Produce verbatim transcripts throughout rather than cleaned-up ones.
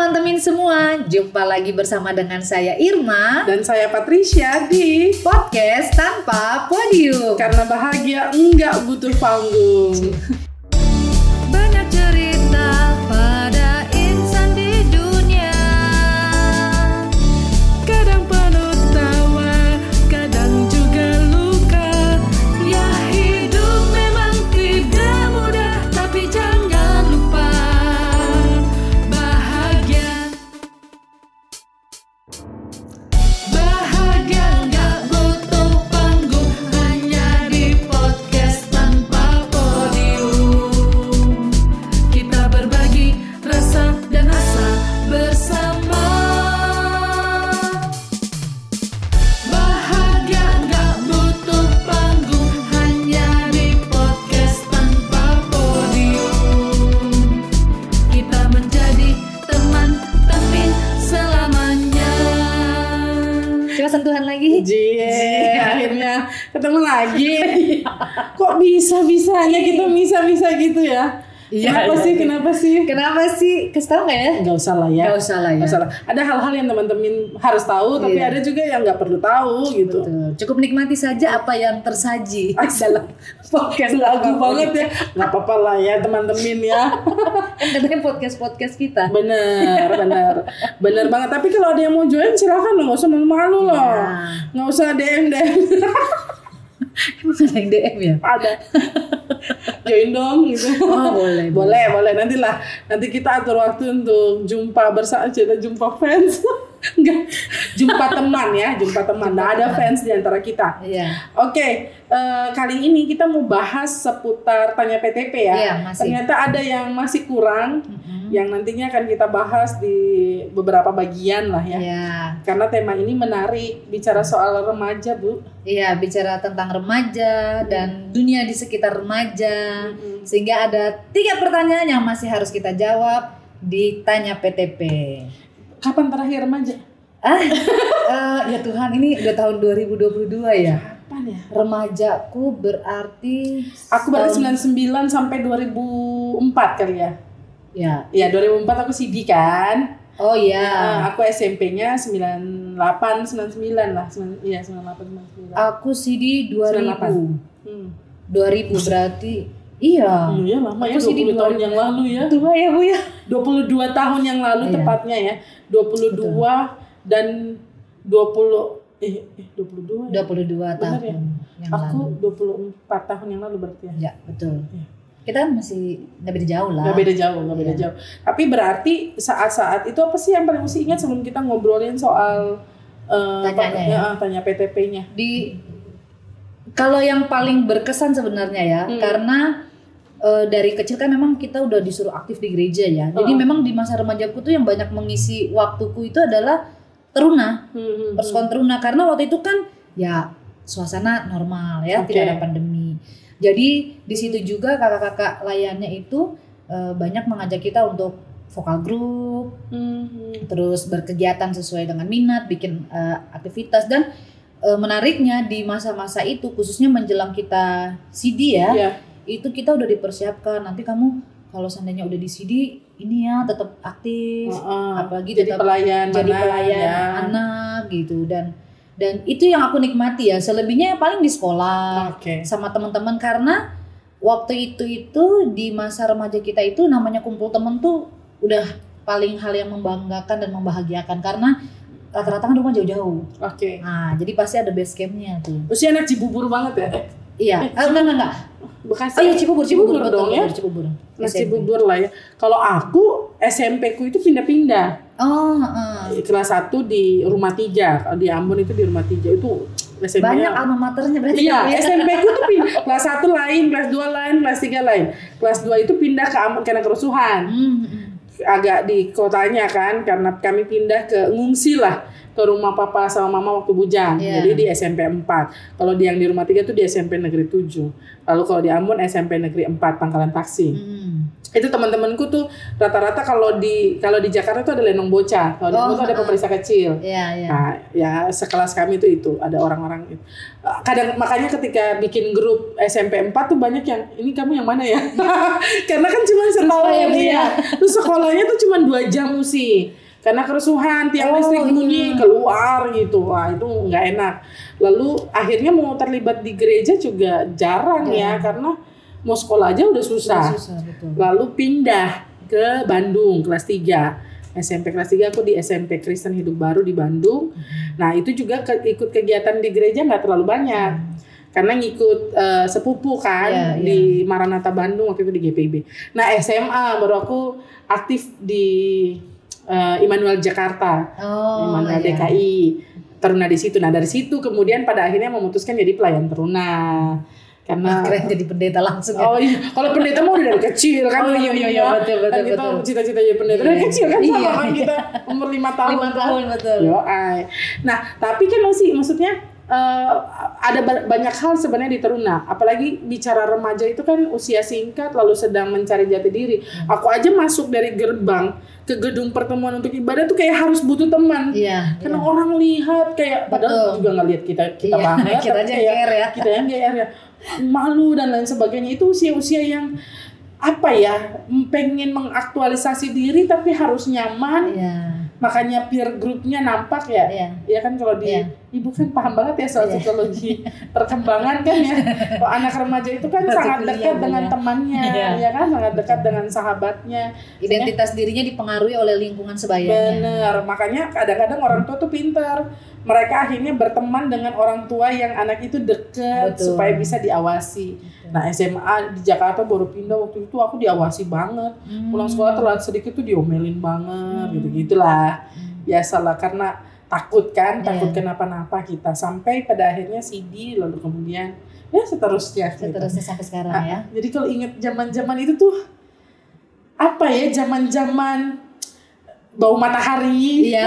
teman-teman semua, jumpa lagi bersama dengan saya Irma dan saya Patricia di podcast tanpa podium. Karena bahagia enggak butuh panggung. Banyak cerita pada insan di dunia, kadang penuh tawa, kadang juga luka. ya hidup memang tidak mudah, tapi jangan lupa bahagia. Bahagia nggak butuh panggung, hanya di podcast tanpa podium. Kita berbagi rasa dan asa bersama. Bahagia nggak butuh panggung, hanya di podcast tanpa podium. Kita menjadi teman temin selamanya. Coba sentuhan lagi. Jee, akhirnya ketemu lagi. Kok bisa-bisanya kita bisa-bisa gitu ya? Iya, Kenapa iya, sih? iya. Kenapa sih? Kenapa sih? Kasih tau nggak ya? Nggak usah lah ya. Nggak usah lah ya. Nggak usah lah. Ada hal-hal yang teman-teman harus tahu, tapi Iya. ada juga yang nggak perlu tahu gitu. Betul. Cukup nikmati saja apa yang tersaji dalam podcast Lagu banget ya. Nggak apa-apa lah ya teman-teman ya. Kan katanya podcast-podcast kita. Bener, bener, bener banget. Tapi kalau ada yang mau join silakan loh, nggak usah malu-malu loh, Ya. nggak usah D M D M. Emang ada yang D M ya? Ada, join dong gitu. Oh, boleh, boleh, boleh. Nantilah, nanti kita atur waktu untuk jumpa bersama, jadi jumpa fans, enggak, jumpa teman ya, jumpa teman. Nah, ada fans di antara kita. Iya. Oke, eh, kali ini kita mau bahas seputar tanya P T P ya. Iya, masih. Ternyata ada yang masih kurang, Mm-mm. yang nantinya akan kita bahas di beberapa bagian lah ya. Iya. Karena tema ini menarik, bicara soal remaja, Bu. Iya, bicara tentang remaja dan dunia di sekitar remaja. Mm-mm. Sehingga ada tiga pertanyaan yang masih harus kita jawab di Tanya P T P. Kapan terakhir remaja? Ah, eh, ya Tuhan, ini udah tahun dua ribu dua puluh dua ya. Kapan ya? Remajaku berarti Aku berarti tahun- sembilan puluh sembilan sampai dua ribu empat kali ya. Ya. Ya, dua ribu empat aku C D kan. Oh iya. Nah, aku S M P-nya sembilan puluh delapan, sembilan puluh sembilan lah. Sembilan- Iya, sembilan puluh delapan, sembilan puluh sembilan. Aku C D dua ribu. sembilan puluh delapan. Hmm. dua ribu berarti iya. Hmm, iya lama ya, Aku C D dua puluh tahun dua ribu. yang lalu ya. Tua ya Bu ya. dua puluh dua tahun yang lalu Iya. tepatnya ya. dua puluh dua dan dua puluh eh, eh dua puluh dua. dua puluh dua Bener tahun ya? yang Aku lalu. dua puluh empat tahun yang lalu berarti ya. Ya, betul. Iya. Kita kan masih nggak beda jauh lah. Gak beda jauh, gak beda Iya. jauh. Tapi berarti saat-saat itu apa sih yang paling mesti ingat sebelum kita ngobrolin soal uh, Tanyanya ya? tanya P T P-nya? Di kalau yang paling berkesan sebenarnya ya, Hmm. karena eh, dari kecil kan memang kita udah disuruh aktif di gereja ya. Jadi Oh. memang di masa remajaku tuh yang banyak mengisi waktuku itu adalah teruna, Hmm, persekolah teruna, karena waktu itu kan ya suasana normal ya, Oke. tidak ada pandemi. Jadi di situ juga kakak-kakak layannya itu eh, banyak mengajak kita untuk vokal group, hmm. terus berkegiatan sesuai dengan minat, bikin eh, aktivitas. Dan eh, menariknya di masa-masa itu khususnya menjelang kita C D ya, Iya. itu kita udah dipersiapkan, nanti kamu kalau seandainya udah di C D ini ya tetap aktif, Uh-uh. apalagi Jadi tetap pelayan jadi mana, pelayan ya. anak gitu. Dan dan itu yang aku nikmati ya, selebihnya paling di sekolah Oke. sama teman-teman, karena waktu itu itu di masa remaja kita itu namanya kumpul temen tuh udah paling hal yang membanggakan dan membahagiakan, karena rata-rata kan rumah jauh-jauh. Oke. Nah, jadi pasti ada base campnya tuh. Usia anak Cibubur banget ya? Iya, eh, enggak enggak enggak. Bekasi. Oh iya, Cibubur, Cibubur, Cibubur betul, dong ya. betul, Cibubur. Anak S M P. Cibubur lah ya. Kalau aku S M P ku itu pindah-pindah. Oh, heeh. Kelas satu di Rumah Tiga. Kalau di Ambon itu di Rumah Tiga itu S M P-nya. Banyak alma maternya berarti. Iya, ya? S M P ku tuh pindah. Kelas satu lain, kelas dua lain, kelas tiga lain. Kelas dua itu pindah ke Ambon karena kerusuhan. Hmm, hmm. Agak di kotanya kan, karena kami pindah ke ngungsi lah ke rumah papa sama mama waktu bujang. Iya. Jadi di S M P empat. Kalau di yang di Rumah Tiga tuh di S M P Negeri tujuh. Lalu kalau di Ambon S M P Negeri empat Pangkalan Taksi. Hmm. Itu teman-temanku tuh rata-rata kalau di kalau di Jakarta tuh ada lenong bocah, kalau Oh, di tuh ada uh-uh. pemeriksa kecil. Iya, iya. Nah, ya sekelas kami itu itu ada orang-orang itu. Kadang makanya ketika bikin grup S M P empat tuh banyak yang ini kamu yang mana ya? Karena kan cuma setahun ya, Bu, ya. ya. Terus sekolahnya tuh cuma dua jam sih. Karena kerusuhan, tiang Oh, listrik iya. bunyi keluar gitu. Wah, itu nggak enak. Lalu akhirnya mau terlibat di gereja juga jarang ya, karena mau sekolah aja udah susah. Udah susah, betul. Lalu pindah ke Bandung kelas tiga. S M P kelas tiga aku di S M P Kristen Hidup Baru di Bandung. Nah, itu juga ke, ikut kegiatan di gereja nggak terlalu banyak. Karena ngikut uh, sepupu kan Iya, iya. di Maranatha Bandung waktu itu di G P I B. Nah, S M A baru aku aktif di uh, Immanuel Jakarta. Oh, Immanuel iya. D K I. Teruna di situ. Nah, dari situ kemudian pada akhirnya memutuskan jadi pelayan teruna. Karena Keren jadi pendeta langsung ya. oh iya, kalau pendeta mau dari kecil kan. Oh, iya, iya, iya, betul, betul, kan kita betul. cita-cita jadi pendeta dari Iya. kecil kan, sama Iya, kan iya. kita umur lima tahun. Lima tahun, betul. Yo, ay. Nah, tapi kan masih maksudnya eh, ada ba- banyak hal sebenarnya di teruna. Apalagi bicara remaja itu kan usia singkat lalu sedang mencari jati diri. Hmm. Aku aja masuk dari gerbang ke gedung pertemuan untuk ibadah tuh kayak harus butuh teman. Iya. Karena iya. orang lihat kayak padahal Betul. juga nggak lihat kita kita Iya, banget. kita tapi aja kayak G R ya. Kita yang G R ya. Malu dan lain sebagainya, itu usia-usia yang apa ya, pengen mengaktualisasi diri tapi harus nyaman. Iya. Makanya peer groupnya nampak ya. Iya. Ya kan kalau di Iya. ibu kan paham banget ya soal Iya. psikologi perkembangan kan ya. Kalau anak remaja itu kan Masih sangat kuliah, dekat Bu, dengan ya. temannya, Iya. ya kan sangat dekat dengan sahabatnya. Identitas dirinya dipengaruhi oleh lingkungan sebayanya. Bener, makanya kadang-kadang orang tua tuh pintar. Mereka akhirnya berteman dengan orang tua yang anak itu deket Betul. supaya bisa diawasi. Nah, S M A di Jakarta baru pindah, waktu itu aku diawasi banget. Hmm. Pulang sekolah telat sedikit tuh diomelin banget, Hmm. gitu-gitulah. Biasalah karena takut kan, takut Iya. kenapa-napa kita. Sampai pada akhirnya C D, lalu kemudian ya seterusnya. gitu. Seterusnya sampai sekarang Ah, ya. Jadi kalau inget zaman-zaman itu tuh apa ya, zaman-zaman bau matahari. Iya.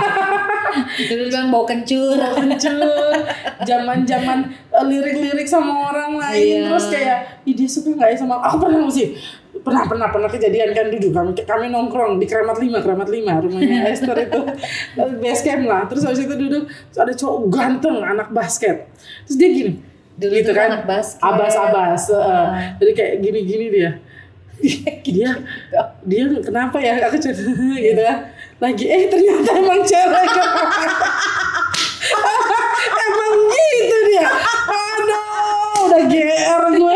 Dulu bilang bau kencur. Kencur, zaman-zaman uh, lirik-lirik sama orang lain, Iya. terus kayak, ih dia suka nggak ya sama aku. Pernah sih, pernah pernah pernah kejadian kan duduk kami kami nongkrong di Keramat lima Keramat lima rumahnya Esther itu base camp lah. Terus habis itu duduk, terus ada cowok ganteng anak basket, terus dia gini, Dulu gitu tuh kan, anak basket. abas-abas, uh, Ah. jadi kayak gini-gini dia. dia dia kenapa ya aku cerita gitu kan lagi eh ternyata emang cewek. Emang gitu dia. Aduh, udah G R gue.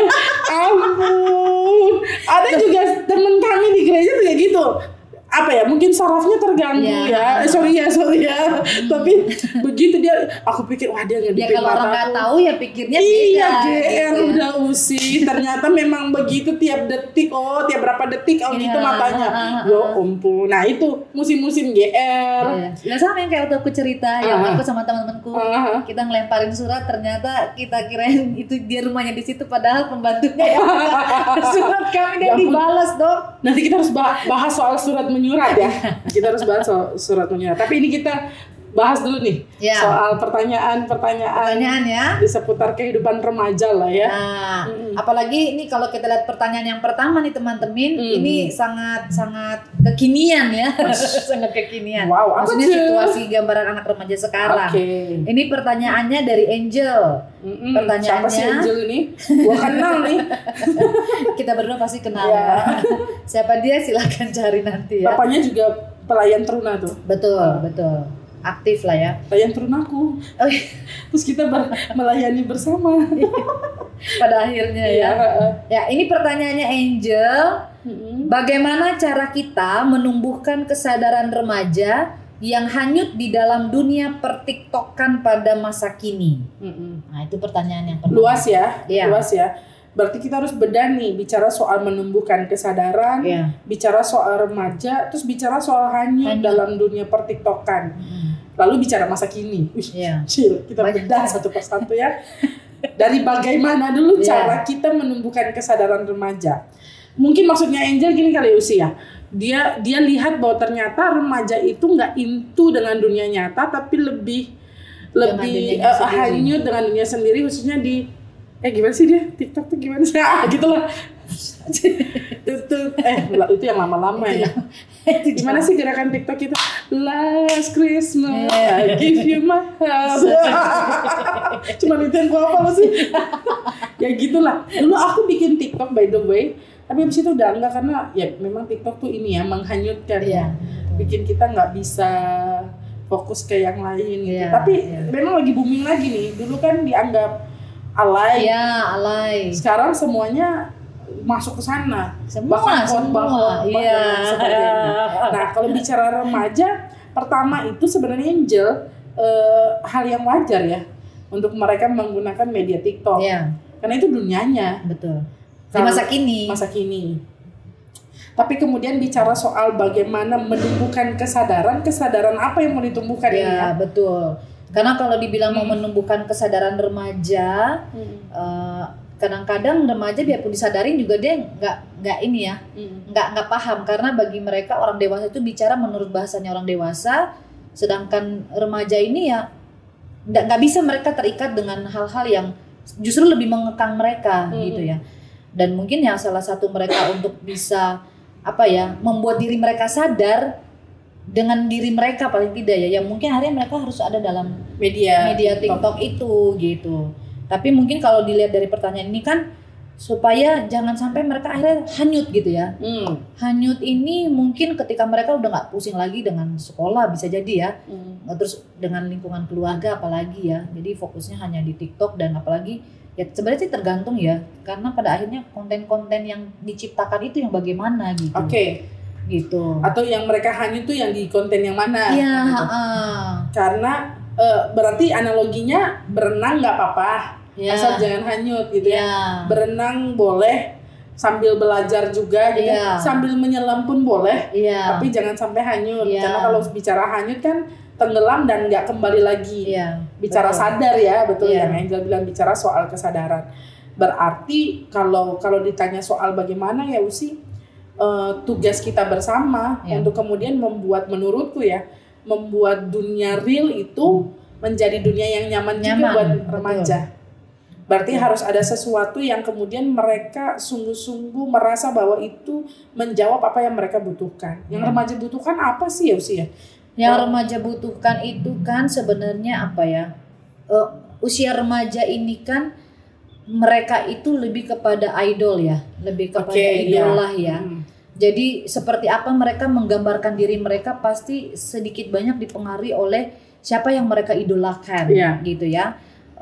Ampun. Ada juga temen kami di gereja tuh kayak gitu. Apa ya, mungkin sarafnya terganggu Iya. ya. Eh, sorry ya, sorry ya. Tapi begitu dia, aku pikir wah dia Ya ngedipin kalau orang nggak mataku. tahu ya pikirnya Iya, beda. G R gitu ya. udah usi. Ternyata memang begitu tiap detik. Oh, tiap berapa detik oh gitu Iya, matanya. ah, ah, Ya ampun. Nah, itu musim-musim G R. Iya. Nah sama yang kayak waktu aku cerita yang Ah. aku sama teman-temanku Ah. kita ngelemparin surat, ternyata kita kirain itu dia rumahnya di situ padahal pembantunya ya. Surat kami Ya dan ampun. dibalas dong. Nanti kita harus bah- bahas soal surat menyurat ya. Kita harus bahas soal surat menyurat. Tapi ini kita bahas dulu nih Ya. soal pertanyaan-pertanyaan Pertanyaan ya. di seputar kehidupan remaja lah ya. Nah, Mm-mm. apalagi ini kalau kita lihat pertanyaan yang pertama nih teman-teman, Mm. ini sangat sangat kekinian ya, sangat kekinian. Wow, apa Maksudnya tuh? situasi gambaran anak remaja sekarang. Oke. Ini pertanyaannya dari Angel. Mm-mm. Pertanyaannya- Siapa sih Angel ini? Gua kenal nih. Kita berdua pasti kenal Iya. ya. Siapa dia silahkan cari nanti ya. Bapaknya juga pelayan teruna tuh. Betul, betul. Aktif lah ya. Pelayan terunaku. Oh, iya. Terus kita ber- melayani bersama. Pada akhirnya ya. Iya. Ya, ini pertanyaannya Angel. Mm-mm. Bagaimana cara kita menumbuhkan kesadaran remaja yang hanyut di dalam dunia pertiktokan pada masa kini? Mm-mm. Nah, itu pertanyaan yang pertama. Luas ya, Iya. luas ya. Berarti kita harus bedah nih, bicara soal menumbuhkan kesadaran, Iya. bicara soal remaja, terus bicara soal hanyut, Hanyut. dalam dunia pertiktokan. Hmm. Lalu bicara masa kini. Wih, Iya. Cil, kita Banyak. bedah satu persatu ya. Dari bagaimana dulu Iya. cara kita menumbuhkan kesadaran remaja. Mungkin maksudnya Angel gini kali usia. Dia dia lihat bahwa ternyata remaja itu nggak into dengan dunia nyata, tapi lebih Dengan lebih dunianya eh, sendiri. hanyut dengan dunia sendiri, khususnya di eh gimana sih dia TikTok tuh gimana sih ah gitulah tuh, tuh eh itu yang lama-lama ya gimana sih gerakan TikTok itu last Christmas I give you my heart cuman itu yang gue hafal sih ya gitulah. Dulu aku bikin TikTok by the way, tapi abis itu udah enggak karena ya memang TikTok tuh ini ya menghanyutkan ya, bikin kita nggak bisa fokus ke yang lain gitu. Yeah, tapi yeah. memang lagi booming lagi nih. Dulu kan dianggap alay. Iya, alay. Sekarang semuanya masuk ke sana. Semua, bahkan semua. Iya. Dan sebagainya. Nah, kalau bicara remaja, pertama itu sebenarnya Angel eh, hal yang wajar ya untuk mereka menggunakan media TikTok. Iya. Karena itu dunianya. Betul. Di masa kini. Masa kini. Tapi kemudian bicara soal bagaimana menumbuhkan kesadaran, kesadaran apa yang mau ditumbuhkan ya, ini ya? Betul. Karena kalau dibilang hmm. mau menumbuhkan kesadaran remaja, hmm. uh, kadang-kadang remaja biarpun disadarin juga dia nggak nggak ini ya, hmm. nggak nggak paham karena bagi mereka orang dewasa itu bicara menurut bahasanya orang dewasa, sedangkan remaja ini ya nggak nggak bisa mereka terikat dengan hal-hal yang justru lebih mengekang mereka hmm. gitu ya. Dan mungkin ya salah satu mereka untuk bisa apa ya membuat diri mereka sadar dengan diri mereka paling tidak ya yang mungkin akhirnya mereka harus ada dalam media media TikTok, TikTok itu gitu. Tapi mungkin kalau dilihat dari pertanyaan ini kan supaya jangan sampai mereka akhirnya hanyut gitu ya. Hmm. Hanyut ini mungkin ketika mereka udah nggak pusing lagi dengan sekolah bisa jadi ya. Hmm. Terus dengan lingkungan keluarga apalagi ya. Jadi fokusnya hanya di TikTok dan apalagi ya sebenarnya sih tergantung ya karena pada akhirnya konten-konten yang diciptakan itu yang bagaimana gitu. Oke. Okay. Gitu. Atau yang mereka hanyut tuh yang di konten yang mana? Iya. Gitu. Uh. Karena uh, berarti analoginya berenang nggak apa-apa, ya. Asal jangan hanyut gitu ya. ya. Berenang boleh sambil belajar juga gitu, ya. Sambil menyelam pun boleh, ya. Tapi jangan sampai hanyut. Ya. Karena kalau bicara hanyut kan tenggelam dan nggak kembali lagi. Ya. Bicara betul. Sadar ya, betul ya. Yang Angel bilang bicara soal kesadaran. Berarti kalau kalau ditanya soal bagaimana ya Usi. Uh, tugas kita bersama ya. Untuk kemudian membuat menurutku ya membuat dunia real itu menjadi dunia yang nyaman, nyaman juga buat remaja. Betul. Berarti betul. Harus ada sesuatu yang kemudian mereka sungguh-sungguh merasa bahwa itu menjawab apa yang mereka butuhkan. Yang ya. Remaja butuhkan apa sih ya usia? Yang oh. remaja butuhkan itu kan sebenarnya apa ya? Uh, usia remaja ini kan mereka itu lebih kepada idol ya, lebih kepada okay, idola ya. ya. Hmm. Jadi seperti apa mereka menggambarkan diri mereka pasti sedikit banyak dipengaruhi oleh siapa yang mereka idolakan, yeah. gitu ya.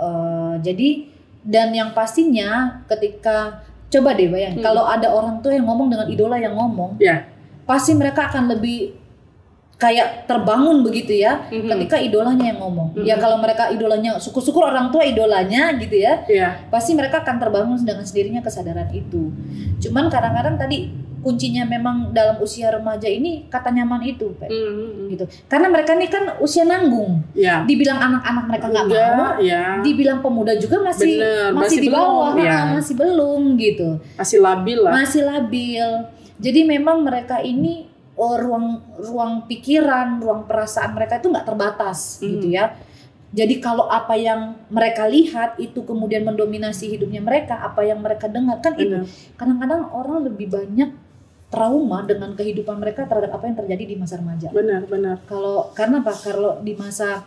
Uh, jadi dan yang pastinya ketika coba deh bayang, hmm. kalau ada orang tuh yang ngomong dengan idola yang ngomong, yeah. pasti mereka akan lebih kayak terbangun begitu ya mm-hmm. ketika idolanya yang ngomong. Mm-hmm. Ya kalau mereka idolanya syukur-syukur orang tua idolanya gitu ya. Yeah. Pasti mereka akan terbangun dengan sendirinya kesadaran itu. Cuman kadang-kadang tadi kuncinya memang dalam usia remaja ini kata nyaman itu, mm-hmm. gitu. Karena mereka ini kan usia nanggung. Yeah. Dibilang anak-anak mereka nggak mau, yeah. dibilang pemuda juga masih Bener, masih, masih di bawah, belum, ya. masih belum gitu. Masih labil lah. Masih labil. Jadi memang mereka ini Oh, ruang ruang pikiran, ruang perasaan mereka itu nggak terbatas, mm. gitu ya. Jadi kalau apa yang mereka lihat itu kemudian mendominasi hidupnya mereka, apa yang mereka dengar kan itu. Kadang-kadang orang lebih banyak trauma dengan kehidupan mereka terhadap apa yang terjadi di masa remaja. Benar, benar. Kalau karena apa? Kalau di masa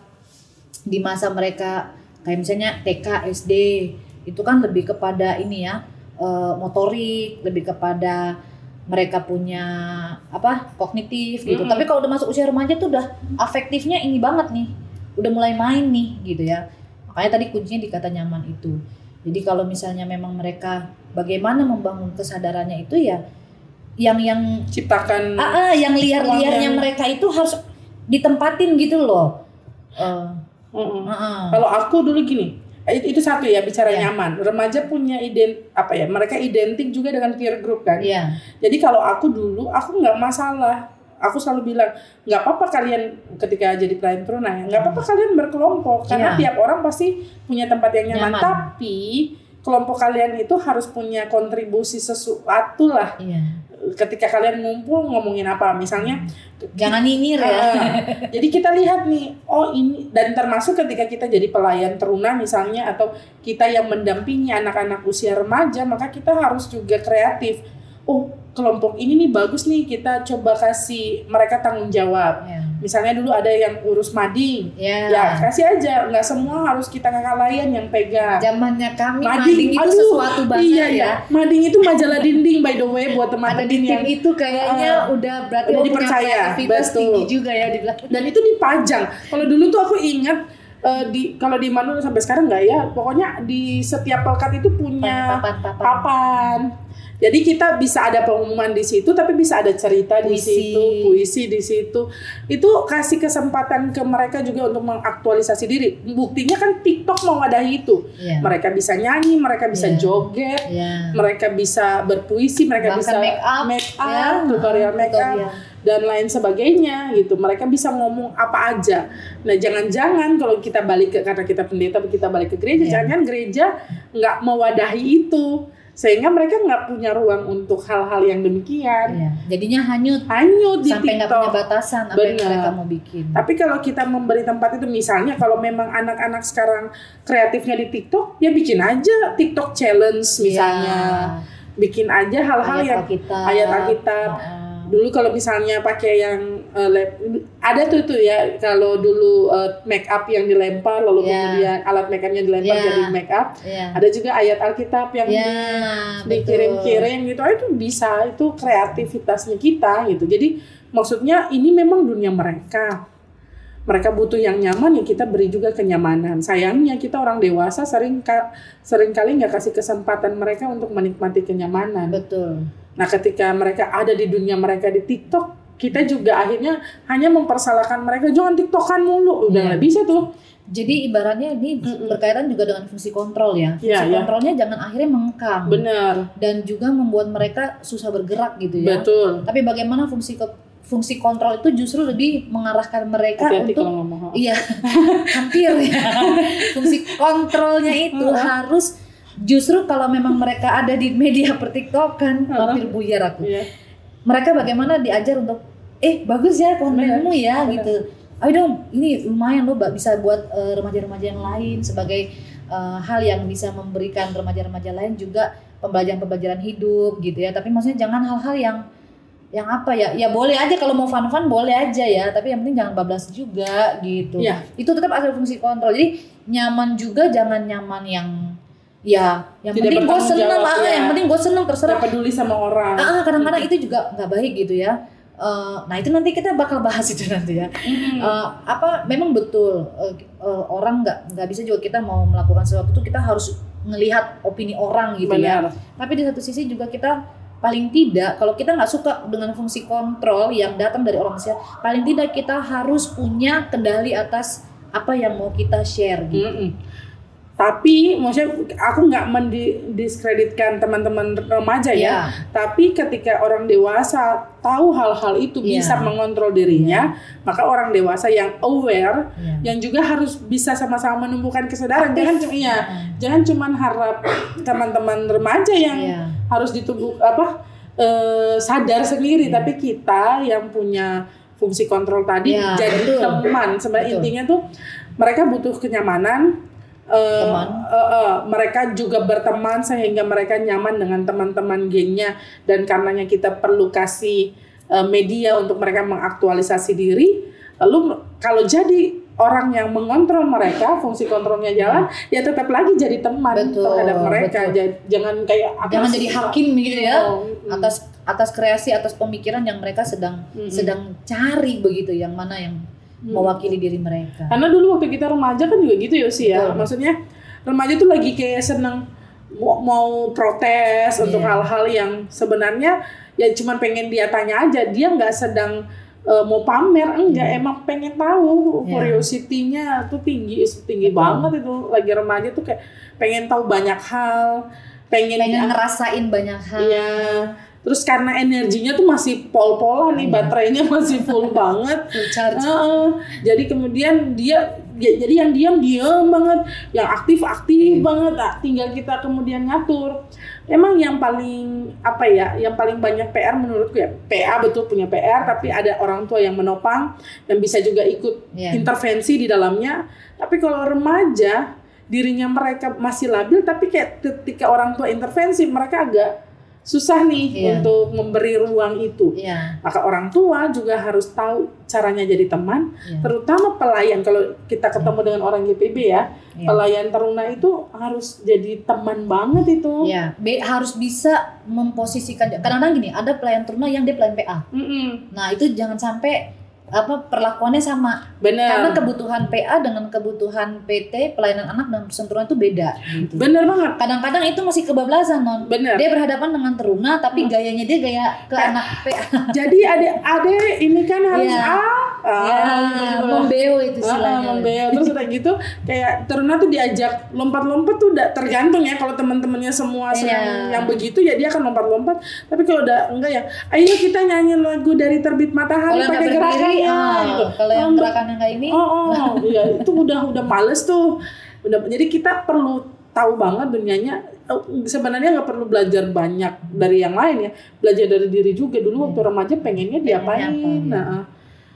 di masa mereka kayak misalnya T K, S D itu kan lebih kepada ini ya, uh, motorik, lebih kepada mereka punya apa kognitif gitu. Mm-hmm. Tapi kalau udah masuk usia remaja tuh udah afektifnya ini banget nih, udah mulai main nih gitu ya. Makanya tadi kuncinya di kata nyaman itu. Jadi kalau misalnya memang mereka bagaimana membangun kesadarannya itu ya, yang yang ciptakan, ah, ah yang liar-liarnya yang... mereka itu harus ditempatin gitu loh. Uh, uh-uh. uh-uh. Kalau aku dulu gini. Itu, itu satu ya bicara yeah. nyaman. Remaja punya ident apa ya? Mereka identik juga dengan peer group kan. Yeah. Jadi kalau aku dulu aku nggak masalah. Aku selalu bilang nggak apa-apa kalian ketika jadi pelayan tunai, nggak apa-apa kalian berkelompok karena yeah. tiap orang pasti punya tempat yang nyaman. nyaman. Tapi kelompok kalian itu harus punya kontribusi sesuatu lah. Yeah. ketika kalian ngumpul ngomongin apa, misalnya jangan nyinyir ya. Uh, jadi kita lihat nih, oh ini, dan termasuk ketika kita jadi pelayan teruna misalnya, atau kita yang mendampingi anak-anak usia remaja, maka kita harus juga kreatif. Oh, kelompok ini nih bagus nih, kita coba kasih mereka tanggung jawab. Yeah. Misalnya dulu ada yang urus mading, yeah. ya kasih aja, nggak semua harus kita kakak layan yang pegang. Zamannya kami mading, mading itu aduh, sesuatu banget iya, ya. Mading itu majalah dinding by the way buat teman-teman yang itu kayaknya uh, udah berarti udah dipercaya, betul. Juga ya di belakang. Dan itu dipajang. Kalau dulu tuh aku ingat uh, di kalau di Manado sampai sekarang nggak ya, pokoknya di setiap pelkat itu punya papan. papan. papan. Jadi kita bisa ada pengumuman di situ, tapi bisa ada cerita puisi. di situ, puisi di situ. Itu kasih kesempatan ke mereka juga untuk mengaktualisasi diri. Buktinya kan TikTok mewadahi itu. Yeah. Mereka bisa nyanyi, mereka bisa yeah. joget, yeah. mereka bisa berpuisi, mereka bahkan bisa make up, make up yeah. tutorial make up yeah. dan lain sebagainya gitu. Mereka bisa ngomong apa aja. Nah, jangan-jangan kalau kita balik ke, karena kita pendeta, kita balik ke gereja, yeah. jangan gereja nggak mewadahi itu. Sehingga mereka nggak punya ruang untuk hal-hal yang demikian. Iya. Jadinya hanyut, hanyut di sampai nggak punya batasan apa Bener. yang mereka mau bikin. Tapi kalau kita memberi tempat itu, misalnya kalau memang anak-anak sekarang kreatifnya di TikTok, ya bikin aja TikTok challenge misalnya, ya. bikin aja hal-hal ayat yang Alkitab. ayat Alkitab. Oh. Dulu kalau misalnya pakai yang uh, lep, ada tuh tuh ya, kalau dulu uh, make up yang dilempar lalu yeah. kemudian alat make upnya dilempar yeah. jadi make up. Yeah. Ada juga ayat Alkitab yang yeah, di, dikirim-kirim gitu. Oh, itu bisa, itu kreativitasnya kita gitu. Jadi maksudnya ini memang dunia mereka. Mereka butuh yang nyaman, ya kita beri juga kenyamanan. Sayangnya kita orang dewasa sering sering kali nggak kasih kesempatan mereka untuk menikmati kenyamanan. Betul. Nah, ketika mereka ada di dunia mereka di TikTok, kita juga akhirnya hanya mempersalahkan mereka, jangan TikTokan mulu, udah nggak yeah. bisa tuh. Jadi ibaratnya ini Mm-mm. berkaitan juga dengan fungsi kontrol ya. Fungsi yeah, kontrolnya yeah. jangan akhirnya mengekang. Benar. Dan juga membuat mereka susah bergerak gitu ya. Betul. Tapi bagaimana fungsi ke fungsi kontrol itu justru lebih mengarahkan mereka Hati-hati untuk iya hampir ya. Fungsi kontrolnya itu harus justru kalau memang mereka ada di media pertiktokan, hampir buyar aku. Yeah. Mereka bagaimana diajar untuk eh bagus ya kontenmu ya Bener. gitu. Ayo dong, ini lumayan loh bisa buat uh, remaja-remaja yang lain sebagai uh, hal yang bisa memberikan remaja-remaja lain juga pembelajaran-pembelajaran hidup gitu ya. Tapi maksudnya jangan hal-hal yang yang apa ya? Ya boleh aja kalau mau fun-fun boleh aja ya, tapi yang penting jangan bablas juga gitu. Yeah. Itu tetap ada fungsi kontrol. Jadi nyaman juga, jangan nyaman yang ya, yang Tidak penting gue seneng lah, ya. yang penting gue seneng terserah. Gak peduli sama orang. Ah, kadang-kadang hmm. itu juga nggak baik gitu ya. Uh, nah itu nanti kita bakal bahas itu nanti ya. Hmm. Uh, apa memang betul uh, uh, orang nggak nggak bisa juga kita mau melakukan sesuatu itu kita harus ngelihat opini orang gitu Benar. ya. Tapi di satu sisi juga kita paling tidak kalau kita nggak suka dengan fungsi kontrol yang datang dari orang usia, paling tidak kita harus punya kendali atas apa yang mau kita share gitu. Hmm. Tapi maksudnya aku nggak mendiskreditkan teman-teman remaja ya. Yeah. Tapi ketika orang dewasa tahu hal-hal itu yeah. bisa mengontrol dirinya, yeah. maka orang dewasa yang aware, yeah. yang juga harus bisa sama-sama menumbuhkan kesadaran. Aktif. Jangan cuma ya, yeah. jangan cuma harap teman-teman remaja yang yeah. harus ditumbuh apa eh, sadar sendiri, yeah. tapi kita yang punya fungsi kontrol tadi yeah, jadi betul. teman. Sebenarnya betul. intinya tuh mereka butuh kenyamanan. Uh, uh, uh, mereka juga berteman sehingga mereka nyaman dengan teman-teman gengnya, dan karenanya kita perlu kasih uh, media untuk mereka mengaktualisasi diri. Lalu kalau jadi orang yang mengontrol mereka, fungsi kontrolnya jalan, hmm. ya tetap lagi jadi teman betul, terhadap mereka. Betul. Jangan kayak jangan jadi hakim gitu ya oh, atas atas kreasi, atas pemikiran yang mereka sedang hmm. sedang cari begitu, yang mana yang mewakili diri mereka. Karena dulu waktu kita remaja kan juga gitu ya sih ya. Betul. Maksudnya remaja tuh lagi kayak seneng mau, mau protes yeah. untuk hal-hal yang sebenarnya ya cuma pengen dia tanya aja. Dia nggak sedang uh, mau pamer, enggak yeah. emang pengen tahu. Yeah. Curiosity-nya tuh tinggi tinggi Betul. banget itu. Lagi remaja tuh kayak pengen tahu banyak hal, pengen, pengen ngerasain banyak hal. Iya. Terus karena energinya tuh masih pol-polan nih, baterainya masih full banget, full charge. Uh, jadi kemudian dia, jadi yang diam diam banget, yang aktif aktif hmm. banget. Nah, tinggal kita kemudian ngatur. emang yang paling apa ya, yang paling banyak P R menurutku ya, P A betul punya P R, tapi ada orang tua yang menopang dan bisa juga ikut yeah. intervensi di dalamnya. Tapi kalau remaja, dirinya mereka masih labil, tapi kayak ketika orang tua intervensi, mereka agak susah nih yeah. untuk memberi ruang itu. Yeah. Maka orang tua juga harus tahu caranya jadi teman, yeah. terutama pelayan. Kalau kita ketemu yeah. dengan orang G P B ya, yeah. pelayan teruna itu harus jadi teman banget itu. Ya, yeah. harus bisa memposisikan. Kadang-kadang gini, ada pelayan teruna yang dia pelayan P A. Mm-hmm. Nah itu jangan sampai apa perlakuannya sama. Benar. Karena kebutuhan P A dengan kebutuhan P T pelayanan anak dan persentuhan itu beda. Gitu. Benar banget. Kadang-kadang itu masih kebablasan non. Benar. Dia berhadapan dengan teruna tapi hmm. gayanya dia gaya ke eh, anak P A. Jadi ada-ada ini kan harus yeah. A. Ah, ya, gitu. Membeo itu istilahnya. Ah, membeo terus udah gitu kayak teruna tuh diajak lompat-lompat tuh udah tergantung ya, kalau teman-temannya semua yeah. senang yang begitu ya dia akan lompat-lompat. Tapi kalau udah enggak ya, ayo kita nyanyi lagu Dari Terbit Matahari pakai gerakan. Ah, gitu. Kalau yang gerakan yang kayak ini, oh, oh ya itu udah udah males tuh. Udah, jadi kita perlu tahu banget dunianya. Sebenarnya nggak perlu belajar banyak dari yang lain ya, belajar dari diri juga. Dulu waktu remaja pengennya diapain. Nah,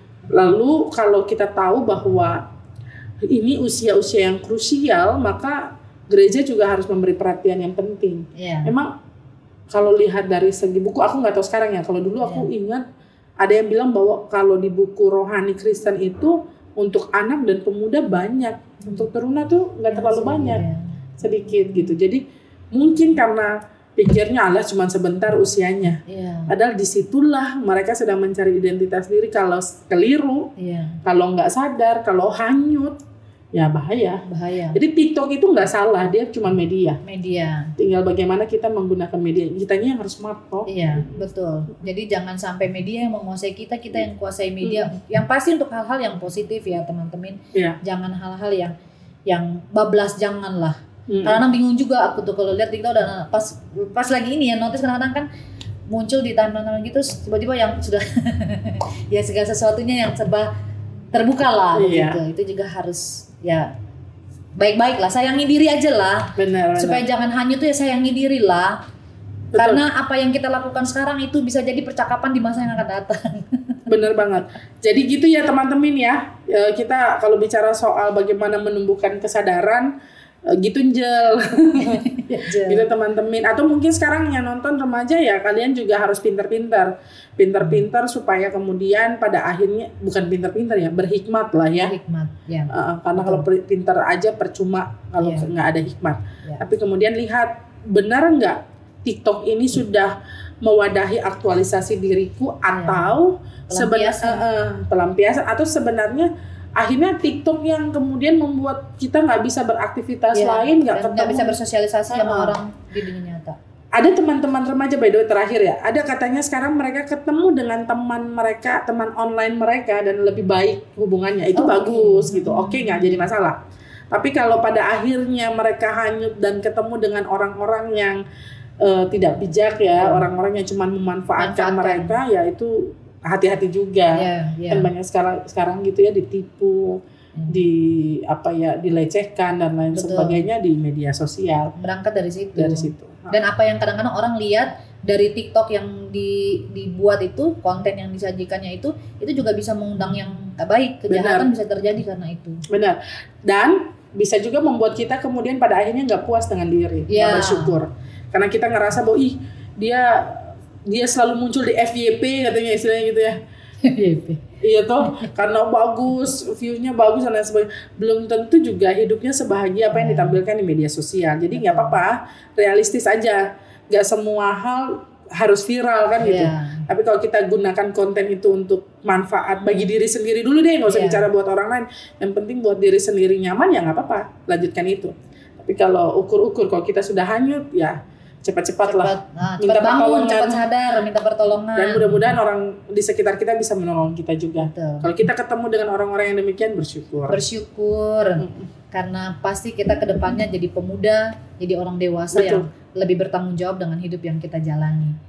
lalu kalau kita tahu bahwa ini usia-usia yang krusial, maka gereja juga harus memberi perhatian yang penting. Yeah. Emang kalau lihat dari segi buku, aku nggak tahu sekarang ya. Kalau dulu aku yeah. ingat ada yang bilang bahwa kalau di buku rohani Kristen itu untuk anak dan pemuda banyak, untuk teruna tuh nggak terlalu ya, banyak, ya. sedikit gitu. Jadi mungkin karena pikirnya Allah cuma sebentar usianya, ya. Padahal disitulah mereka sedang mencari identitas diri. Kalau keliru, ya. Kalau nggak sadar, kalau hanyut, ya bahaya. Bahaya. Jadi TikTok itu nggak salah, dia cuma media. Media. Tinggal bagaimana kita menggunakan media. Kitanya yang harus smart kok. Iya, betul. Jadi jangan sampai media yang menguasai kita, kita yang kuasai media. Hmm. Yang pasti untuk hal-hal yang positif ya teman-teman. Iya. Jangan hal-hal yang yang bablas, janganlah. Hmm. Karena bingung juga aku tuh kalau lihat TikTok dan pas pas lagi ini ya notice kadang-kadang kan muncul di timeline gitu tiba-tiba yang sudah ya segala sesuatunya yang serba terbuka lah iya. gitu. Itu juga harus ya baik-baik lah, sayangi diri aja lah. Benar, supaya benar. jangan hanyut tuh ya sayangi diri lah. Betul. Karena apa yang kita lakukan sekarang itu bisa jadi percakapan di masa yang akan datang. Bener banget. Jadi gitu ya teman-teman ya. Kita kalau bicara soal bagaimana menumbuhkan kesadaran gitu Njel. Gitu teman-teman. Atau mungkin sekarang yang nonton remaja ya kalian juga harus pintar-pintar. Pintar-pintar supaya kemudian pada akhirnya bukan pintar-pintar ya, berhikmat lah ya. Berhikmat, ya. Uh, karena kalau pintar aja percuma kalau nggak yeah. ada hikmat. Yeah. Tapi kemudian lihat benar nggak TikTok ini sudah mewadahi aktualisasi diriku atau yeah. sebenarnya uh, uh, pelampiasan atau sebenarnya akhirnya TikTok yang kemudian membuat kita nggak bisa beraktivitas yeah. lain, nggak ketemu, nggak bisa bersosialisasi uh, sama uh, orang di dunia nyata. Ada teman-teman remaja by the way terakhir ya, ada katanya sekarang mereka ketemu dengan teman mereka, teman online mereka dan lebih baik hubungannya, itu oh, bagus okay. gitu, oke okay, nggak jadi masalah. Tapi kalau pada akhirnya mereka hanyut dan ketemu dengan orang-orang yang uh, tidak bijak ya, yeah. orang-orang yang cuma memanfaatkan Manfaatkan. mereka, ya itu hati-hati juga. Yeah, yeah. Kan banyak sekarang sekarang gitu ya ditipu, hmm. di apa ya dilecehkan dan lain Betul. sebagainya di media sosial. Berangkat dari situ. Dari situ. Dan apa yang kadang-kadang orang lihat dari TikTok yang di, dibuat itu, konten yang disajikannya itu, itu juga bisa mengundang yang tak baik, kejahatan Benar. bisa terjadi karena itu. Benar. Dan bisa juga membuat kita kemudian pada akhirnya nggak puas dengan diri, nggak yeah. bersyukur, karena kita ngerasa bahwa ih dia dia selalu muncul di F Y P katanya istilahnya gitu ya. F Y P. Iya toh, karena bagus, view-nya bagus dan lain sebagainya. Belum tentu juga hidupnya sebahagia apa yang ditampilkan di media sosial. Jadi nggak apa-apa, realistis aja. Nggak semua hal harus viral kan gitu. Yeah. Tapi kalau kita gunakan konten itu untuk manfaat bagi diri sendiri dulu deh, nggak usah yeah. bicara buat orang lain. Yang penting buat diri sendiri nyaman ya nggak apa-apa, lanjutkan itu. Tapi kalau ukur-ukur kalau kita sudah hanyut ya cepat-cepat lah, nah, minta bangun, cepat sadar, minta pertolongan. Dan mudah-mudahan orang di sekitar kita bisa menolong kita juga. Betul. Kalau kita ketemu dengan orang-orang yang demikian, bersyukur. Bersyukur, hmm. karena pasti kita kedepannya jadi pemuda, jadi orang dewasa Betul. yang lebih bertanggung jawab dengan hidup yang kita jalani.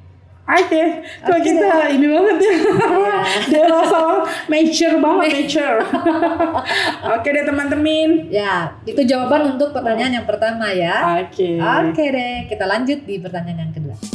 Oke, okay. Kalau okay. Kita ini banget ya, yeah. Dewasa, mature banget, mature. Oke okay deh teman-teman. Ya, itu jawaban untuk pertanyaan yang pertama ya. Oke. Okay. Oke okay deh, kita lanjut di pertanyaan yang kedua.